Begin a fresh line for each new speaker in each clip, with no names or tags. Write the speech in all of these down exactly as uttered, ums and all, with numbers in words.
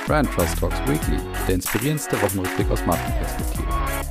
Brand Trust Talks Weekly, der inspirierendste Wochenrückblick aus Markenperspektive.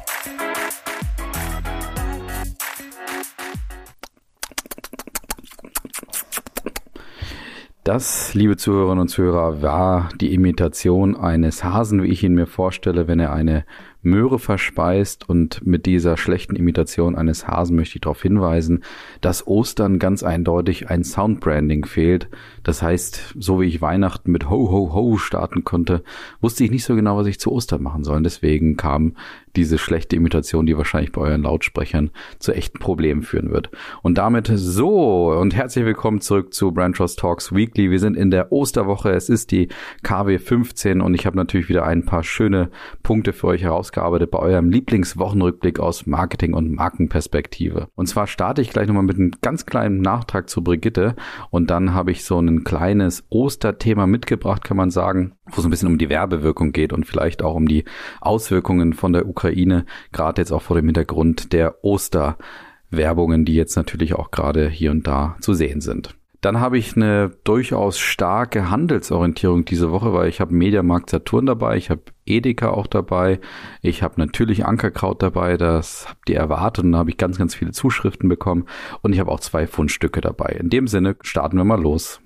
Das, liebe Zuhörerinnen und Zuhörer, war die Imitation eines Hasen, wie ich ihn mir vorstelle, wenn er eine Möhre verspeist. Und mit dieser schlechten Imitation eines Hasen möchte ich darauf hinweisen, dass Ostern ganz eindeutig ein Soundbranding fehlt. Das heißt, so wie ich Weihnachten mit Ho, Ho, Ho starten konnte, wusste ich nicht so genau, was ich zu Ostern machen soll. Deswegen kam diese schlechte Imitation, die wahrscheinlich bei euren Lautsprechern zu echten Problemen führen wird. Und damit so und herzlich willkommen zurück zu Brand Trust Talks Weekly. Wir sind in der Osterwoche, es ist die K W fünfzehn und ich habe natürlich wieder ein paar schöne Punkte für euch herausgearbeitet bei eurem Lieblingswochenrückblick aus Marketing- und Markenperspektive. Und zwar starte ich gleich nochmal mit einem ganz kleinen Nachtrag zu Brigitte und dann habe ich so ein kleines Osterthema mitgebracht, kann man sagen, wo es ein bisschen um die Werbewirkung geht und vielleicht auch um die Auswirkungen von der Ukraine, gerade jetzt auch vor dem Hintergrund der Osterwerbungen, die jetzt natürlich auch gerade hier und da zu sehen sind. Dann habe ich eine durchaus starke Handelsorientierung diese Woche, weil ich habe Mediamarkt Saturn dabei, ich habe Edeka auch dabei, ich habe natürlich Ankerkraut dabei, das habt ihr erwartet und da habe ich ganz, ganz viele Zuschriften bekommen und ich habe auch zwei Fundstücke dabei. In dem Sinne starten wir mal los.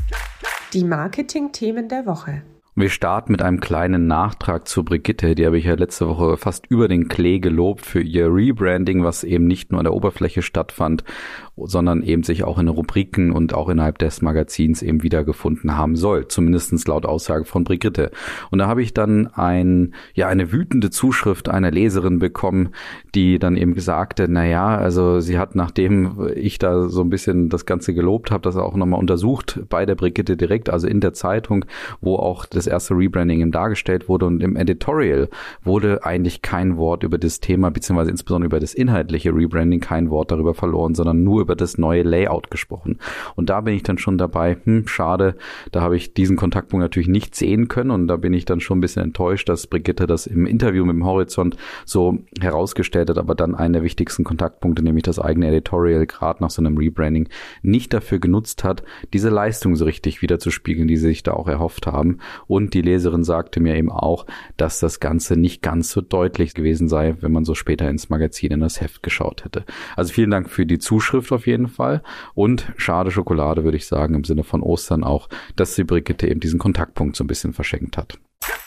Die Marketing-Themen der Woche.
Wir starten mit einem kleinen Nachtrag zu Brigitte, die habe ich ja letzte Woche fast über den Klee gelobt für ihr Rebranding, was eben nicht nur an der Oberfläche stattfand, sondern eben sich auch in Rubriken und auch innerhalb des Magazins eben wiedergefunden haben soll, zumindest laut Aussage von Brigitte. Und da habe ich dann ein, ja, eine wütende Zuschrift einer Leserin bekommen, die dann eben sagte, naja, also sie hat, nachdem ich da so ein bisschen das Ganze gelobt habe, das auch nochmal untersucht bei der Brigitte direkt, also in der Zeitung, wo auch das erste Rebranding eben dargestellt wurde und im Editorial wurde eigentlich kein Wort über das Thema, beziehungsweise insbesondere über das inhaltliche Rebranding, kein Wort darüber verloren, sondern nur über das neue Layout gesprochen. Und da bin ich dann schon dabei, hm, schade, da habe ich diesen Kontaktpunkt natürlich nicht sehen können und da bin ich dann schon ein bisschen enttäuscht, dass Brigitte das im Interview mit dem Horizont so herausgestellt hat, aber dann einen der wichtigsten Kontaktpunkte, nämlich das eigene Editorial, gerade nach so einem Rebranding, nicht dafür genutzt hat, diese Leistung so richtig wiederzuspiegeln, die sie sich da auch erhofft haben. Und die Leserin sagte mir eben auch, dass das Ganze nicht ganz so deutlich gewesen sei, wenn man so später ins Magazin, in das Heft geschaut hätte. Also vielen Dank für die Zuschrift auf jeden Fall und schade Schokolade, würde ich sagen, im Sinne von Ostern auch, dass die Brigitte eben diesen Kontaktpunkt so ein bisschen verschenkt hat.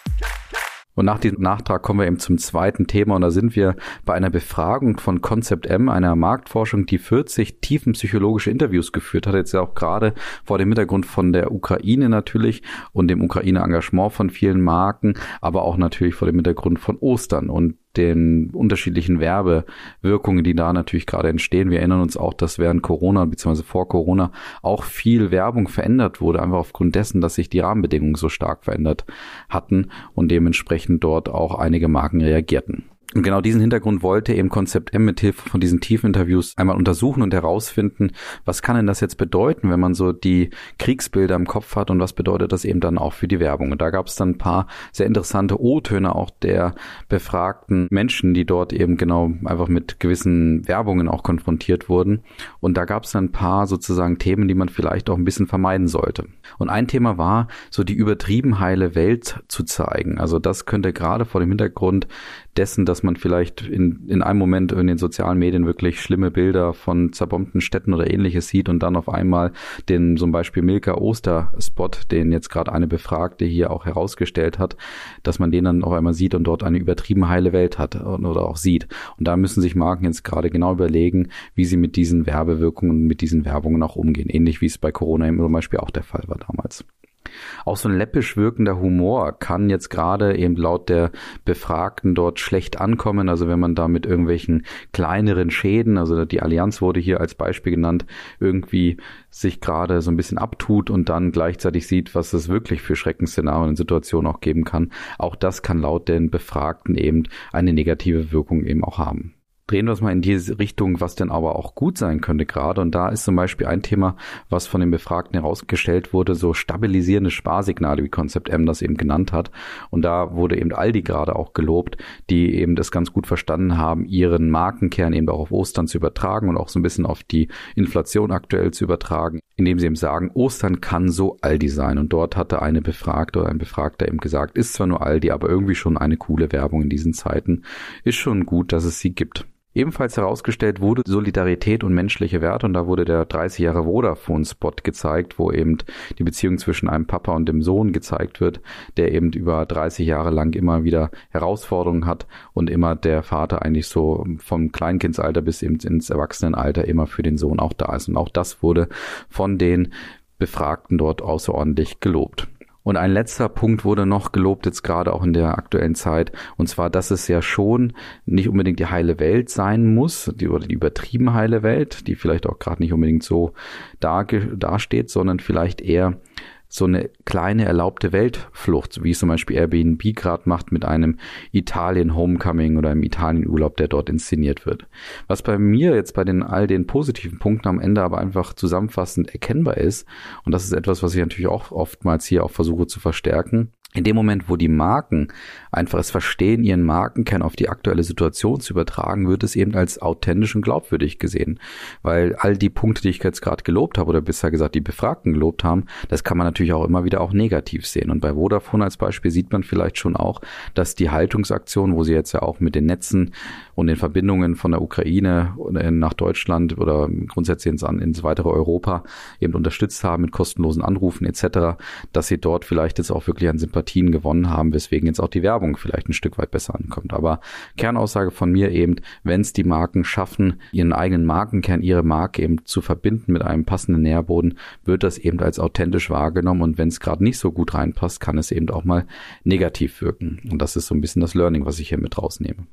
Und nach diesem Nachtrag kommen wir eben zum zweiten Thema und da sind wir bei einer Befragung von Concept M, einer Marktforschung, die vierzig tiefenpsychologische Interviews geführt hat, jetzt ja auch gerade vor dem Hintergrund von der Ukraine natürlich und dem Ukraine-Engagement von vielen Marken, aber auch natürlich vor dem Hintergrund von Ostern und den unterschiedlichen Werbewirkungen, die da natürlich gerade entstehen. Wir erinnern uns auch, dass während Corona bzw. vor Corona auch viel Werbung verändert wurde, einfach aufgrund dessen, dass sich die Rahmenbedingungen so stark verändert hatten und dementsprechend dort auch einige Marken reagierten. Und genau diesen Hintergrund wollte eben Concept M mit Hilfe von diesen Tiefen-Interviews einmal untersuchen und herausfinden, was kann denn das jetzt bedeuten, wenn man so die Kriegsbilder im Kopf hat und was bedeutet das eben dann auch für die Werbung. Und da gab es dann ein paar sehr interessante O-Töne auch der befragten Menschen, die dort eben genau einfach mit gewissen Werbungen auch konfrontiert wurden. Und da gab es dann ein paar sozusagen Themen, die man vielleicht auch ein bisschen vermeiden sollte. Und ein Thema war, so die übertrieben heile Welt zu zeigen. Also das könnte gerade vor dem Hintergrund dessen, dass man vielleicht in, in einem Moment in den sozialen Medien wirklich schlimme Bilder von zerbombten Städten oder ähnliches sieht und dann auf einmal den zum Beispiel Milka Oster-Spot, den jetzt gerade eine Befragte hier auch herausgestellt hat, dass man den dann auf einmal sieht und dort eine übertrieben heile Welt hat oder auch sieht. Und da müssen sich Marken jetzt gerade genau überlegen, wie sie mit diesen Werbewirkungen und mit diesen Werbungen auch umgehen. Ähnlich wie es bei Corona zum Beispiel auch der Fall war damals. Auch so ein läppisch wirkender Humor kann jetzt gerade eben laut der Befragten dort schlecht ankommen. Also wenn man da mit irgendwelchen kleineren Schäden, also die Allianz wurde hier als Beispiel genannt, irgendwie sich gerade so ein bisschen abtut und dann gleichzeitig sieht, was es wirklich für Schreckensszenarien und Situationen auch geben kann. Auch das kann laut den Befragten eben eine negative Wirkung eben auch haben. Drehen wir es mal in diese Richtung, was denn aber auch gut sein könnte gerade. Und da ist zum Beispiel ein Thema, was von den Befragten herausgestellt wurde, so stabilisierende Sparsignale, wie Concept M das eben genannt hat. Und da wurde eben Aldi gerade auch gelobt, die eben das ganz gut verstanden haben, ihren Markenkern eben auch auf Ostern zu übertragen und auch so ein bisschen auf die Inflation aktuell zu übertragen, indem sie eben sagen, Ostern kann so Aldi sein. Und dort hatte eine Befragte oder ein Befragter eben gesagt, ist zwar nur Aldi, aber irgendwie schon eine coole Werbung in diesen Zeiten. Ist schon gut, dass es sie gibt. Ebenfalls herausgestellt wurde Solidarität und menschliche Werte, und da wurde der dreißig Jahre Vodafone-Spot gezeigt, wo eben die Beziehung zwischen einem Papa und dem Sohn gezeigt wird, der eben über dreißig Jahre lang immer wieder Herausforderungen hat und immer der Vater eigentlich so vom Kleinkindsalter bis eben ins Erwachsenenalter immer für den Sohn auch da ist. Und auch das wurde von den Befragten dort außerordentlich gelobt. Und ein letzter Punkt wurde noch gelobt, jetzt gerade auch in der aktuellen Zeit, und zwar, dass es ja schon nicht unbedingt die heile Welt sein muss, die, oder die übertrieben heile Welt, die vielleicht auch gerade nicht unbedingt so da, dasteht, sondern vielleicht eher so eine kleine erlaubte Weltflucht, wie es zum Beispiel Airbnb gerade macht mit einem Italien-Homecoming oder einem Italien-Urlaub, der dort inszeniert wird. Was bei mir jetzt bei den all den positiven Punkten am Ende aber einfach zusammenfassend erkennbar ist, und das ist etwas, was ich natürlich auch oftmals hier auch versuche zu verstärken, in dem Moment, wo die Marken einfach es verstehen, ihren Markenkern auf die aktuelle Situation zu übertragen, wird es eben als authentisch und glaubwürdig gesehen. Weil all die Punkte, die ich jetzt gerade gelobt habe oder bisher gesagt, die Befragten gelobt haben, das kann man natürlich auch immer wieder auch negativ sehen. Und bei Vodafone als Beispiel sieht man vielleicht schon auch, dass die Haltungsaktion, wo sie jetzt ja auch mit den Netzen und den Verbindungen von der Ukraine nach Deutschland oder grundsätzlich ins, ins weitere Europa eben unterstützt haben mit kostenlosen Anrufen et cetera, dass sie dort vielleicht jetzt auch wirklich an Sympathien gewonnen haben, weswegen jetzt auch die Werbung vielleicht ein Stück weit besser ankommt. Aber Kernaussage von mir eben, wenn es die Marken schaffen, ihren eigenen Markenkern, ihre Marke eben zu verbinden mit einem passenden Nährboden, wird das eben als authentisch wahrgenommen, und wenn es gerade nicht so gut reinpasst, kann es eben auch mal negativ wirken. Und das ist so ein bisschen das Learning, was ich hier mit rausnehme.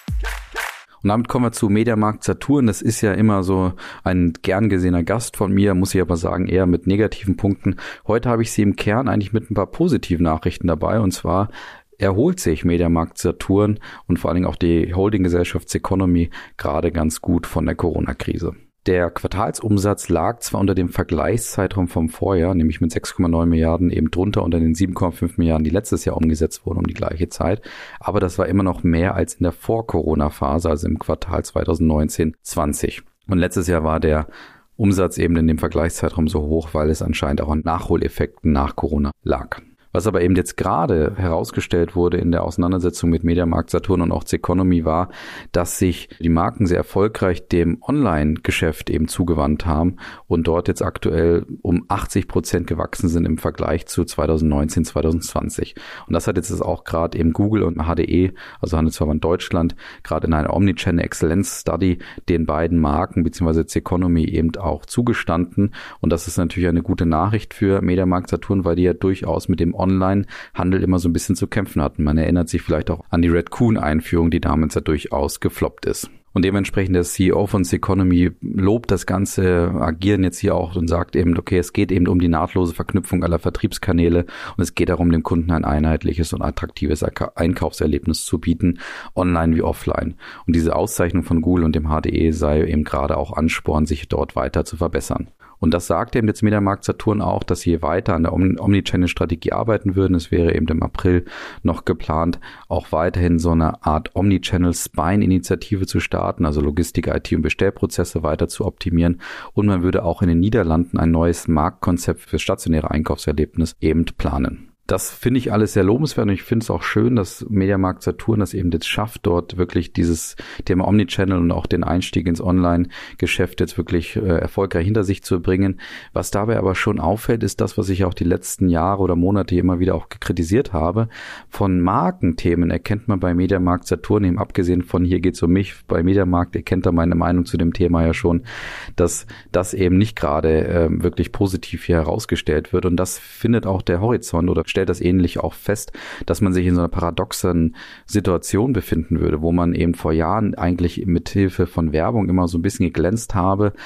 Und damit kommen wir zu Mediamarkt Saturn. Das ist ja immer so ein gern gesehener Gast von mir, muss ich aber sagen, eher mit negativen Punkten. Heute habe ich sie im Kern eigentlich mit ein paar positiven Nachrichten dabei, und zwar erholt sich Mediamarkt Saturn und vor allen Dingen auch die Holdinggesellschaft Ceconomy gerade ganz gut von der Corona-Krise. Der Quartalsumsatz lag zwar unter dem Vergleichszeitraum vom Vorjahr, nämlich mit sechs Komma neun Milliarden eben drunter unter den sieben Komma fünf Milliarden, die letztes Jahr umgesetzt wurden um die gleiche Zeit, aber das war immer noch mehr als in der Vor-Corona-Phase, also im Quartal zwanzig neunzehn zwanzig. Und letztes Jahr war der Umsatz eben in dem Vergleichszeitraum so hoch, weil es anscheinend auch an Nachholeffekten nach Corona lag. Was aber eben jetzt gerade herausgestellt wurde in der Auseinandersetzung mit Mediamarkt Saturn und auch Ceconomy war, dass sich die Marken sehr erfolgreich dem Online-Geschäft eben zugewandt haben und dort jetzt aktuell um achtzig Prozent gewachsen sind im Vergleich zu zwanzig neunzehn, zwanzig zwanzig. Und das hat jetzt auch gerade eben Google und H D E, also Handelsverband Deutschland, gerade in einer Omnichannel Excellence Study den beiden Marken bzw. Ceconomy eben auch zugestanden. Und das ist natürlich eine gute Nachricht für Mediamarkt Saturn, weil die ja durchaus mit dem Online-Handel immer so ein bisschen zu kämpfen hatten. Man erinnert sich vielleicht auch an die Redcoon-Einführung, die damals ja durchaus gefloppt ist. Und dementsprechend der C E O von Ceconomy lobt das ganze Agieren jetzt hier auch und sagt eben, okay, es geht eben um die nahtlose Verknüpfung aller Vertriebskanäle und es geht darum, dem Kunden ein einheitliches und attraktives Einkaufserlebnis zu bieten, online wie offline. Und diese Auszeichnung von Google und dem H D E sei eben gerade auch Ansporn, sich dort weiter zu verbessern. Und das sagt eben jetzt Mediamarkt Saturn auch, dass sie weiter an der Omnichannel-Strategie arbeiten würden. Es wäre eben im April noch geplant, auch weiterhin so eine Art Omnichannel-Spine-Initiative zu starten, also Logistik, I T und Bestellprozesse weiter zu optimieren. Und man würde auch in den Niederlanden ein neues Marktkonzept für stationäre Einkaufserlebnis eben planen. Das finde ich alles sehr lobenswert und ich finde es auch schön, dass Mediamarkt Saturn das eben jetzt schafft, dort wirklich dieses Thema Omnichannel und auch den Einstieg ins Online-Geschäft jetzt wirklich äh, erfolgreich hinter sich zu bringen. Was dabei aber schon auffällt, ist das, was ich auch die letzten Jahre oder Monate immer wieder auch kritisiert habe. Von Markenthemen erkennt man bei Mediamarkt Saturn, eben abgesehen von hier geht's um mich, bei Mediamarkt erkennt er meine Meinung zu dem Thema ja schon, dass das eben nicht gerade äh, wirklich positiv hier herausgestellt wird und das findet auch der Horizont oder stellt das ähnlich auch fest, dass man sich in so einer paradoxen Situation befinden würde, wo man eben vor Jahren eigentlich mit Hilfe von Werbung immer so ein bisschen geglänzt habe,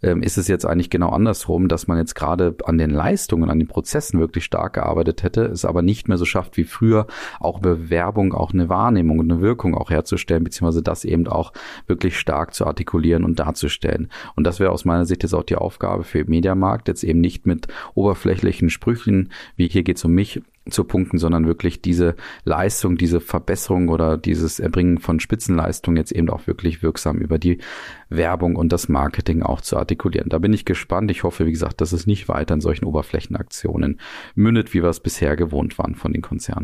ähm, ist es jetzt eigentlich genau andersrum, dass man jetzt gerade an den Leistungen, an den Prozessen wirklich stark gearbeitet hätte, es aber nicht mehr so schafft wie früher, auch über Werbung auch eine Wahrnehmung und eine Wirkung auch herzustellen, beziehungsweise das eben auch wirklich stark zu artikulieren und darzustellen. Und das wäre aus meiner Sicht jetzt auch die Aufgabe für den Mediamarkt, jetzt eben nicht mit oberflächlichen Sprüchen, wie hier geht's um mich, zu punkten, sondern wirklich diese Leistung, diese Verbesserung oder dieses Erbringen von Spitzenleistung jetzt eben auch wirklich wirksam über die Werbung und das Marketing auch zu artikulieren. Da bin ich gespannt. Ich hoffe, wie gesagt, dass es nicht weiter in solchen Oberflächenaktionen mündet, wie wir es bisher gewohnt waren von den Konzernen.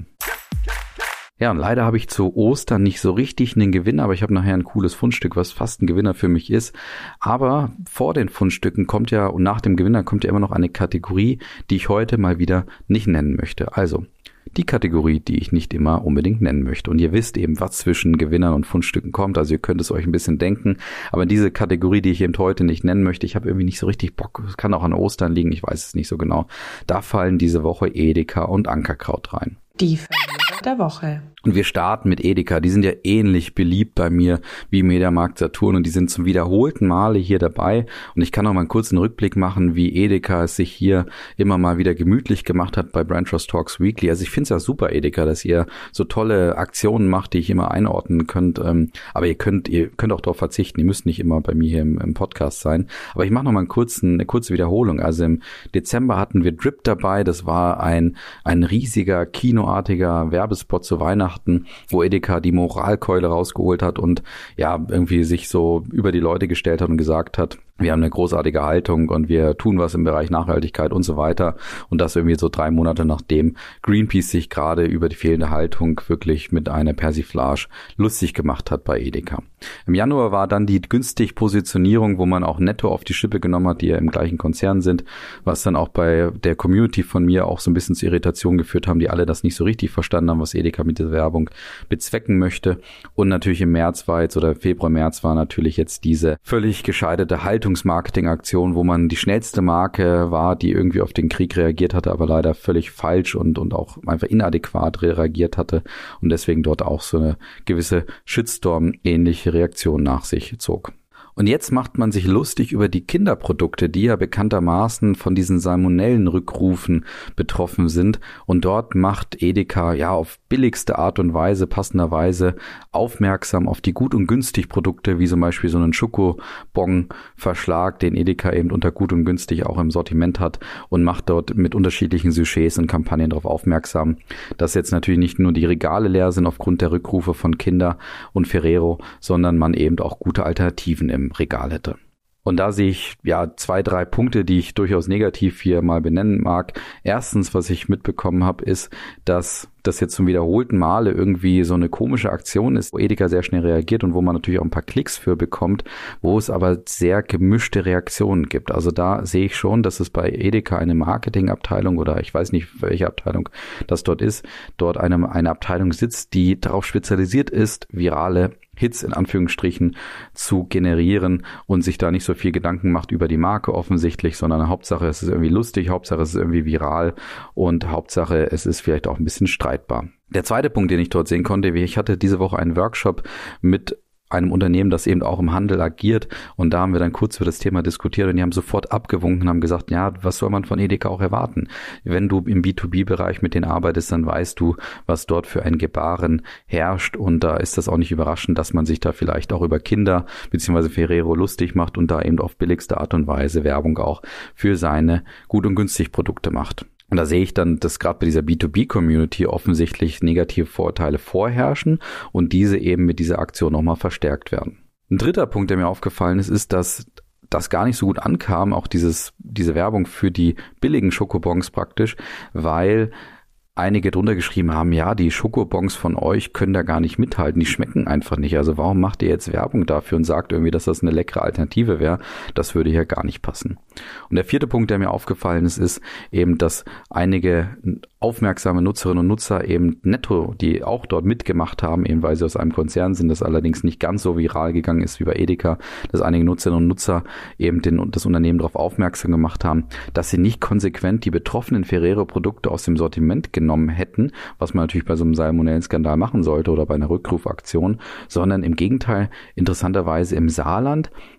Ja, und leider habe ich zu Ostern nicht so richtig einen Gewinner, aber ich habe nachher ein cooles Fundstück, was fast ein Gewinner für mich ist. Aber vor den Fundstücken kommt ja und nach dem Gewinner kommt ja immer noch eine Kategorie, die ich heute mal wieder nicht nennen möchte. Also die Kategorie, die ich nicht immer unbedingt nennen möchte. Und ihr wisst eben, was zwischen Gewinnern und Fundstücken kommt. Also ihr könnt es euch ein bisschen denken. Aber diese Kategorie, die ich eben heute nicht nennen möchte, ich habe irgendwie nicht so richtig Bock. Es kann auch an Ostern liegen, ich weiß es nicht so genau. Da fallen diese Woche Edeka und Ankerkraut rein.
Die Verlierer der Woche.
Und wir starten mit Edeka. Die sind ja ähnlich beliebt bei mir wie Mediamarkt Saturn und die sind zum wiederholten Male hier dabei. Und ich kann noch mal einen kurzen Rückblick machen, wie Edeka es sich hier immer mal wieder gemütlich gemacht hat bei Brand Trust Talks Weekly. Also ich finde es ja super, Edeka, dass ihr so tolle Aktionen macht, die ich immer einordnen könnt. Aber ihr könnt ihr könnt auch darauf verzichten. Ihr müsst nicht immer bei mir hier im, im Podcast sein. Aber ich mache noch mal einen kurzen, eine kurze Wiederholung. Also im Dezember hatten wir Drip dabei. Das war ein ein riesiger, kinoartiger Werbespot zu Weihnachten, wo Edeka die Moralkeule rausgeholt hat und ja irgendwie sich so über die Leute gestellt hat und gesagt hat, wir haben eine großartige Haltung und wir tun was im Bereich Nachhaltigkeit und so weiter. Und das irgendwie so drei Monate nachdem Greenpeace sich gerade über die fehlende Haltung wirklich mit einer Persiflage lustig gemacht hat bei Edeka. Im Januar war dann die günstig Positionierung, wo man auch Netto auf die Schippe genommen hat, die ja im gleichen Konzern sind, was dann auch bei der Community von mir auch so ein bisschen zu Irritation geführt haben, die alle das nicht so richtig verstanden haben, was Edeka mit dieser Werbung bezwecken möchte. Und natürlich im März war jetzt oder Februar, März war natürlich jetzt diese völlig gescheiterte Haltung Marketingaktion, wo man die schnellste Marke war, die irgendwie auf den Krieg reagiert hatte, aber leider völlig falsch und und auch einfach inadäquat reagiert hatte und deswegen dort auch so eine gewisse Shitstorm-ähnliche Reaktion nach sich zog. Und jetzt macht man sich lustig über die Kinderprodukte, die ja bekanntermaßen von diesen Salmonellenrückrufen betroffen sind. Und dort macht Edeka ja auf billigste Art und Weise, passenderweise aufmerksam auf die gut und günstig Produkte, wie zum Beispiel so einen Schokobon-Verschlag, den Edeka eben unter gut und günstig auch im Sortiment hat und macht dort mit unterschiedlichen Sujets und Kampagnen darauf aufmerksam, dass jetzt natürlich nicht nur die Regale leer sind aufgrund der Rückrufe von Kinder und Ferrero, sondern man eben auch gute Alternativen im Regal hätte. Und da sehe ich ja zwei, drei Punkte, die ich durchaus negativ hier mal benennen mag. Erstens, was ich mitbekommen habe, ist, dass das jetzt zum wiederholten Male irgendwie so eine komische Aktion ist, wo Edeka sehr schnell reagiert und wo man natürlich auch ein paar Klicks für bekommt, wo es aber sehr gemischte Reaktionen gibt. Also da sehe ich schon, dass es bei Edeka eine Marketingabteilung oder ich weiß nicht, welche Abteilung das dort ist, dort eine, eine Abteilung sitzt, die darauf spezialisiert ist, virale Hits in Anführungsstrichen zu generieren und sich da nicht so viel Gedanken macht über die Marke offensichtlich, sondern Hauptsache es ist irgendwie lustig, Hauptsache es ist irgendwie viral und Hauptsache es ist vielleicht auch ein bisschen streitbar. Der zweite Punkt, den ich dort sehen konnte, ich hatte diese Woche einen Workshop mit einem Unternehmen, das eben auch im Handel agiert und da haben wir dann kurz über das Thema diskutiert und die haben sofort abgewunken und haben gesagt, ja, was soll man von Edeka auch erwarten? Wenn du im B zwei B-Bereich mit denen arbeitest, dann weißt du, was dort für ein Gebaren herrscht und da ist das auch nicht überraschend, dass man sich da vielleicht auch über Kinder bzw. Ferrero lustig macht und da eben auf billigste Art und Weise Werbung auch für seine gut und günstig Produkte macht. Und da sehe ich dann, dass gerade bei dieser B zwei B-Community offensichtlich negative Vorurteile vorherrschen und diese eben mit dieser Aktion nochmal verstärkt werden. Ein dritter Punkt, der mir aufgefallen ist, ist, dass das gar nicht so gut ankam, auch dieses diese Werbung für die billigen Schokobons praktisch, weil einige drunter geschrieben haben, ja, die Schokobons von euch können da gar nicht mithalten, die schmecken einfach nicht. Also warum macht ihr jetzt Werbung dafür und sagt irgendwie, dass das eine leckere Alternative wäre? Das würde hier gar nicht passen. Und der vierte Punkt, der mir aufgefallen ist, ist eben, dass einige aufmerksame Nutzerinnen und Nutzer eben Netto, die auch dort mitgemacht haben, eben weil sie aus einem Konzern sind, das allerdings nicht ganz so viral gegangen ist wie bei Edeka, dass einige Nutzerinnen und Nutzer eben den, das Unternehmen darauf aufmerksam gemacht haben, dass sie nicht konsequent die betroffenen Ferrero-Produkte aus dem Sortiment genommen hätten, was man natürlich bei so einem Salmonellenskandal machen sollte oder bei einer Rückrufaktion, sondern im Gegenteil interessanterweise im Saarland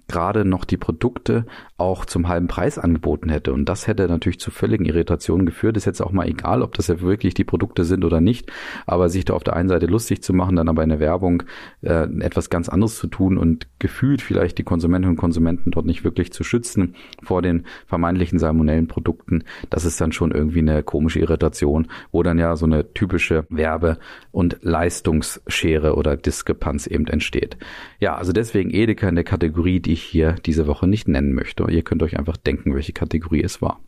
gerade noch die Produkte auch zum halben Preis angeboten hätte. Und das hätte natürlich zu völligen Irritationen geführt. Ist jetzt auch mal egal, ob das ja wirklich die Produkte sind oder nicht. Aber sich da auf der einen Seite lustig zu machen, dann aber in der Werbung äh, etwas ganz anderes zu tun und gefühlt vielleicht die Konsumentinnen und Konsumenten dort nicht wirklich zu schützen vor den vermeintlichen salmonellen Produkten, das ist dann schon irgendwie eine komische Irritation, wo dann ja so eine typische Werbe- und Leistungsschere oder Diskrepanz eben entsteht. Ja, also deswegen Edeka in der Kategorie, die ich hier diese Woche nicht nennen möchte. Ihr könnt euch einfach denken, welche Kategorie es war.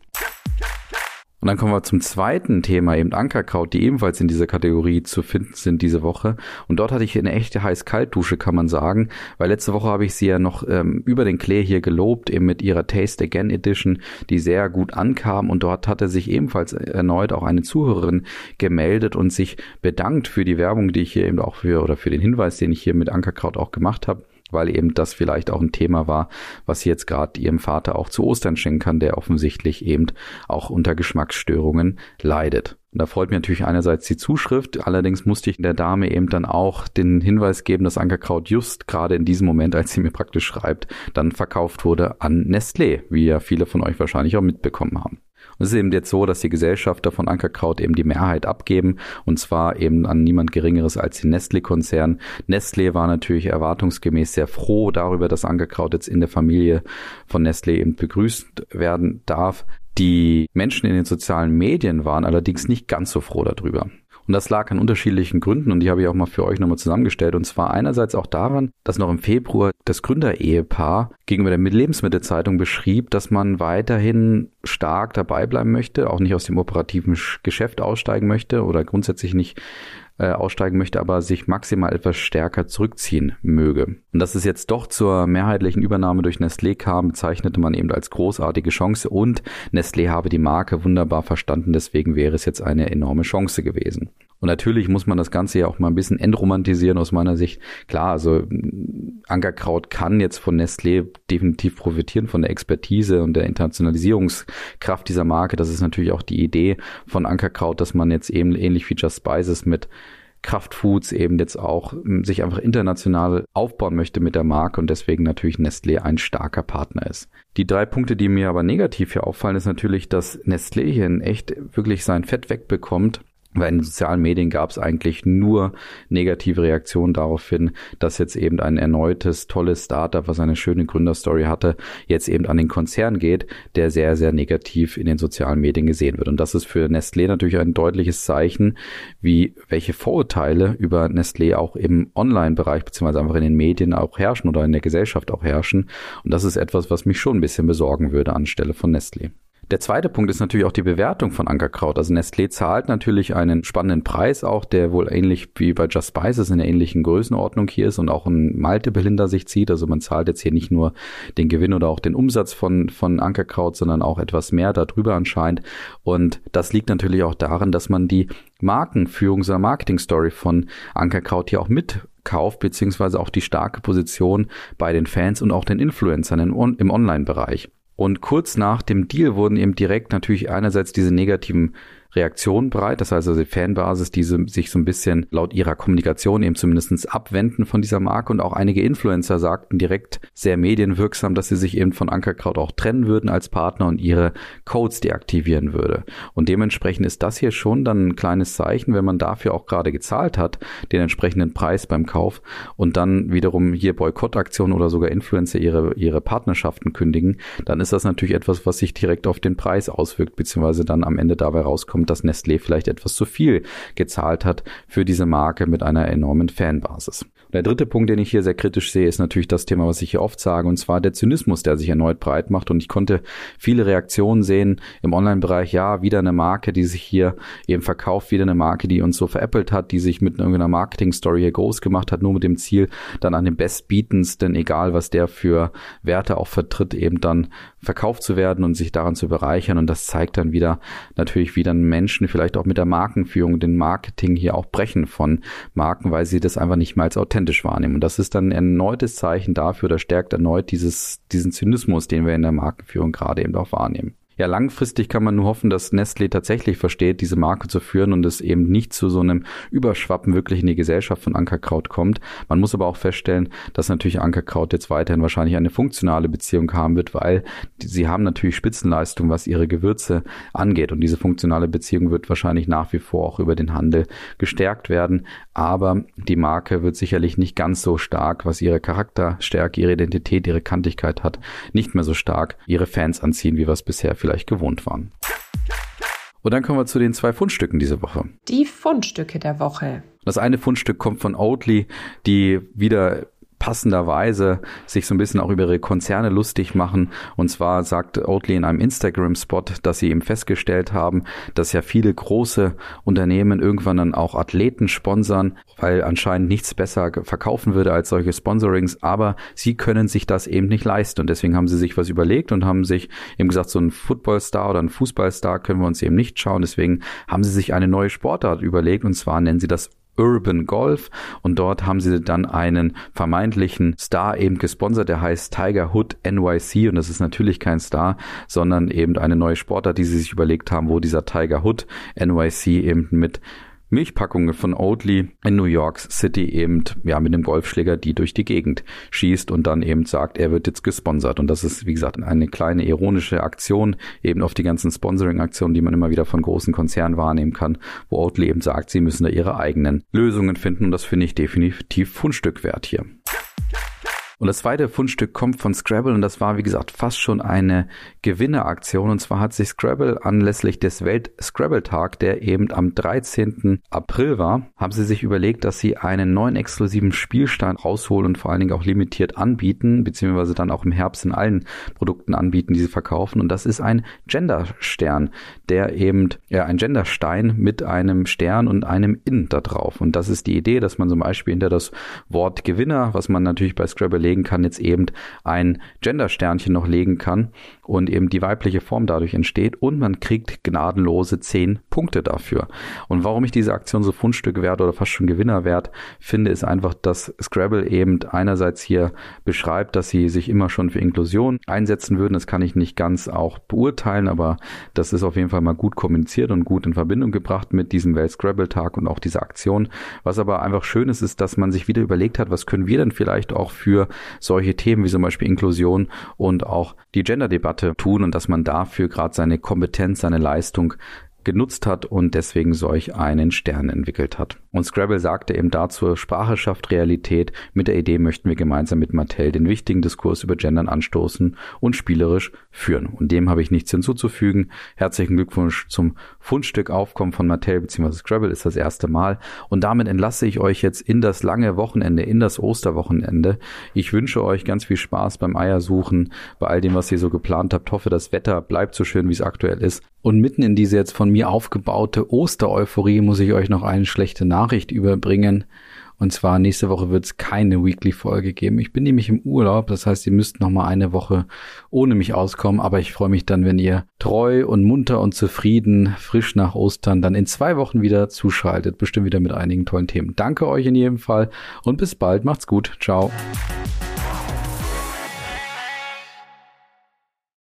Und dann kommen wir zum zweiten Thema, eben Ankerkraut, die ebenfalls in dieser Kategorie zu finden sind diese Woche. Und dort hatte ich eine echte Heiß-Kalt-Dusche, kann man sagen, weil letzte Woche habe ich sie ja noch ähm, über den Klee hier gelobt, eben mit ihrer Taste Again Edition, die sehr gut ankam. Und dort hatte sich ebenfalls erneut auch eine Zuhörerin gemeldet und sich bedankt für die Werbung, die ich hier eben auch für, oder für den Hinweis, den ich hier mit Ankerkraut auch gemacht habe, weil eben das vielleicht auch ein Thema war, was sie jetzt gerade ihrem Vater auch zu Ostern schenken kann, der offensichtlich eben auch unter Geschmacksstörungen leidet. Und da freut mich natürlich einerseits die Zuschrift, allerdings musste ich der Dame eben dann auch den Hinweis geben, dass Ankerkraut just gerade in diesem Moment, als sie mir praktisch schreibt, dann verkauft wurde an Nestlé, wie ja viele von euch wahrscheinlich auch mitbekommen haben. Und es ist eben jetzt so, dass die Gesellschafter von Ankerkraut eben die Mehrheit abgeben und zwar eben an niemand Geringeres als den Nestlé-Konzern. Nestlé war natürlich erwartungsgemäß sehr froh darüber, dass Ankerkraut jetzt in der Familie von Nestlé eben begrüßt werden darf. Die Menschen in den sozialen Medien waren allerdings nicht ganz so froh darüber. Und das lag an unterschiedlichen Gründen und die habe ich auch mal für euch nochmal zusammengestellt. Und zwar einerseits auch daran, dass noch im Februar das Gründerehepaar gegenüber der Lebensmittelzeitung beschrieb, dass man weiterhin stark dabei bleiben möchte, auch nicht aus dem operativen Geschäft aussteigen möchte oder grundsätzlich nicht äh, aussteigen möchte, aber sich maximal etwas stärker zurückziehen möge. Und dass es jetzt doch zur mehrheitlichen Übernahme durch Nestlé kam, bezeichnete man eben als großartige Chance und Nestlé habe die Marke wunderbar verstanden, deswegen wäre es jetzt eine enorme Chance gewesen. Und natürlich muss man das Ganze ja auch mal ein bisschen entromantisieren aus meiner Sicht. Klar, also Ankerkraut kann jetzt von Nestlé definitiv profitieren, von der Expertise und der Internationalisierungskraft dieser Marke. Das ist natürlich auch die Idee von Ankerkraut, dass man jetzt eben ähnlich wie Just Spices mit Kraftfoods eben jetzt auch sich einfach international aufbauen möchte mit der Marke und deswegen natürlich Nestlé ein starker Partner ist. Die drei Punkte, die mir aber negativ hier auffallen, ist natürlich, dass Nestlé hier in echt wirklich sein Fett wegbekommt. Weil in den sozialen Medien gab es eigentlich nur negative Reaktionen darauf hin, dass jetzt eben ein erneutes tolles Startup, was eine schöne Gründerstory hatte, jetzt eben an den Konzern geht, der sehr, sehr negativ in den sozialen Medien gesehen wird. Und das ist für Nestlé natürlich ein deutliches Zeichen, wie welche Vorurteile über Nestlé auch im Online-Bereich beziehungsweise einfach in den Medien auch herrschen oder in der Gesellschaft auch herrschen. Und das ist etwas, was mich schon ein bisschen besorgen würde anstelle von Nestlé. Der zweite Punkt ist natürlich auch die Bewertung von Ankerkraut. Also Nestlé zahlt natürlich einen spannenden Preis auch, der wohl ähnlich wie bei Just Spices in der ähnlichen Größenordnung hier ist und auch ein Multiple hinter sich zieht. Also man zahlt jetzt hier nicht nur den Gewinn oder auch den Umsatz von, von Ankerkraut, sondern auch etwas mehr darüber anscheinend. Und das liegt natürlich auch daran, dass man die Markenführung, oder Marketing-Story von Ankerkraut hier auch mitkauft, beziehungsweise auch die starke Position bei den Fans und auch den Influencern im, im Online-Bereich. Und kurz nach dem Deal wurden eben direkt natürlich einerseits diese negativen Reaktionen breit, das heißt also die Fanbasis, die sich so ein bisschen laut ihrer Kommunikation eben zumindest abwenden von dieser Marke und auch einige Influencer sagten direkt sehr medienwirksam, dass sie sich eben von Ankerkraut auch trennen würden als Partner und ihre Codes deaktivieren würde. Und dementsprechend ist das hier schon dann ein kleines Zeichen, wenn man dafür auch gerade gezahlt hat, den entsprechenden Preis beim Kauf und dann wiederum hier Boykottaktionen oder sogar Influencer ihre, ihre Partnerschaften kündigen, dann ist das natürlich etwas, was sich direkt auf den Preis auswirkt, beziehungsweise dann am Ende dabei rauskommt, dass Nestlé vielleicht etwas zu viel gezahlt hat für diese Marke mit einer enormen Fanbasis. Und der dritte Punkt, den ich hier sehr kritisch sehe, ist natürlich das Thema, was ich hier oft sage, und zwar der Zynismus, der sich erneut breit macht. Und ich konnte viele Reaktionen sehen im Online-Bereich, ja, wieder eine Marke, die sich hier eben verkauft, wieder eine Marke, die uns so veräppelt hat, die sich mit irgendeiner Marketing-Story hier groß gemacht hat, nur mit dem Ziel, dann an den Bestbietendsten, egal was der für Werte auch vertritt, eben dann verkauft zu werden und sich daran zu bereichern. Und das zeigt dann wieder natürlich, wie dann Menschen vielleicht auch mit der Markenführung, den Marketing hier auch brechen von Marken, weil sie das einfach nicht mehr als authentisch wahrnehmen. Und das ist dann ein erneutes Zeichen dafür, oder stärkt erneut dieses, diesen Zynismus, den wir in der Markenführung gerade eben auch wahrnehmen. ja, langfristig kann man nur hoffen, dass Nestlé tatsächlich versteht, diese Marke zu führen und es eben nicht zu so einem Überschwappen wirklich in die Gesellschaft von Ankerkraut kommt. Man muss aber auch feststellen, dass natürlich Ankerkraut jetzt weiterhin wahrscheinlich eine funktionale Beziehung haben wird, weil sie haben natürlich Spitzenleistung, was ihre Gewürze angeht. Und diese funktionale Beziehung wird wahrscheinlich nach wie vor auch über den Handel gestärkt werden. Aber die Marke wird sicherlich nicht ganz so stark, was ihre Charakterstärke, ihre Identität, ihre Kantigkeit hat, nicht mehr so stark ihre Fans anziehen, wie wir es bisher vielleicht gewohnt waren. Und dann kommen wir zu den zwei Fundstücken diese Woche.
Die Fundstücke der Woche.
Das eine Fundstück kommt von Oatly, die wieder passenderweise sich so ein bisschen auch über ihre Konzerne lustig machen. Und zwar sagt Oatly in einem Instagram-Spot, dass sie eben festgestellt haben, dass ja viele große Unternehmen irgendwann dann auch Athleten sponsern, weil anscheinend nichts besser verkaufen würde als solche Sponsorings. Aber sie können sich das eben nicht leisten. Und deswegen haben sie sich was überlegt und haben sich eben gesagt, so ein Footballstar oder ein Fußballstar können wir uns eben nicht schauen. Deswegen haben sie sich eine neue Sportart überlegt. Und zwar nennen sie das Urban Golf, und dort haben sie dann einen vermeintlichen Star eben gesponsert, der heißt Tiger Hood N Y C, und das ist natürlich kein Star, sondern eben eine neue Sportart, die sie sich überlegt haben, wo dieser Tiger Hood N Y C eben mit Milchpackungen von Oatly in New York City eben ja mit einem Golfschläger die durch die Gegend schießt und dann eben sagt, er wird jetzt gesponsert. Und das ist, wie gesagt, eine kleine ironische Aktion eben auf die ganzen Sponsoring-Aktionen, die man immer wieder von großen Konzernen wahrnehmen kann, wo Oatly eben sagt, sie müssen da ihre eigenen Lösungen finden, und das finde ich definitiv Fundstück wert hier. Und das zweite Fundstück kommt von Scrabble, und das war, wie gesagt, fast schon eine Gewinneraktion. Und zwar hat sich Scrabble anlässlich des Welt-Scrabble-Tag, der eben am dreizehnten April war, haben sie sich überlegt, dass sie einen neuen exklusiven Spielstand rausholen und vor allen Dingen auch limitiert anbieten, beziehungsweise dann auch im Herbst in allen Produkten anbieten, die sie verkaufen. Und das ist ein Genderstern, der eben, ja, ein Genderstein mit einem Stern und einem In da drauf. Und das ist die Idee, dass man zum Beispiel hinter das Wort Gewinner, was man natürlich bei Scrabble legen kann, jetzt eben ein Gendersternchen noch legen kann und eben die weibliche Form dadurch entsteht, und man kriegt gnadenlose zehn Punkte dafür. Und warum ich diese Aktion so Fundstück wert oder fast schon Gewinner wert finde, ist einfach, dass Scrabble eben einerseits hier beschreibt, dass sie sich immer schon für Inklusion einsetzen würden. Das kann ich nicht ganz auch beurteilen, aber das ist auf jeden Fall mal gut kommuniziert und gut in Verbindung gebracht mit diesem Welt-Scrabble-Tag und auch dieser Aktion. Was aber einfach schön ist, ist, dass man sich wieder überlegt hat, was können wir denn vielleicht auch für solche Themen wie zum Beispiel Inklusion und auch die Gender-Debatte tun, und dass man dafür gerade seine Kompetenz, seine Leistung genutzt hat und deswegen solch einen Stern entwickelt hat. Und Scrabble sagte eben dazu, Sprache schafft Realität. Mit der Idee möchten wir gemeinsam mit Mattel den wichtigen Diskurs über Gendern anstoßen und spielerisch führen. Und dem habe ich nichts hinzuzufügen. Herzlichen Glückwunsch zum Fundstück Aufkommen von Mattel bzw. Scrabble ist das erste Mal. Und damit entlasse ich euch jetzt in das lange Wochenende, in das Osterwochenende. Ich wünsche euch ganz viel Spaß beim Eiersuchen, bei all dem, was ihr so geplant habt. Hoffe, das Wetter bleibt so schön, wie es aktuell ist. Und mitten in diese jetzt von mir aufgebaute Oster-Euphorie muss ich euch noch eine schlechte Nachricht überbringen. Und zwar nächste Woche wird es keine Weekly-Folge geben. Ich bin nämlich im Urlaub, das heißt, ihr müsst noch mal eine Woche ohne mich auskommen. Aber ich freue mich dann, wenn ihr treu und munter und zufrieden, frisch nach Ostern, dann in zwei Wochen wieder zuschaltet. Bestimmt wieder mit einigen tollen Themen. Danke euch in jedem Fall und bis bald. Macht's gut. Ciao.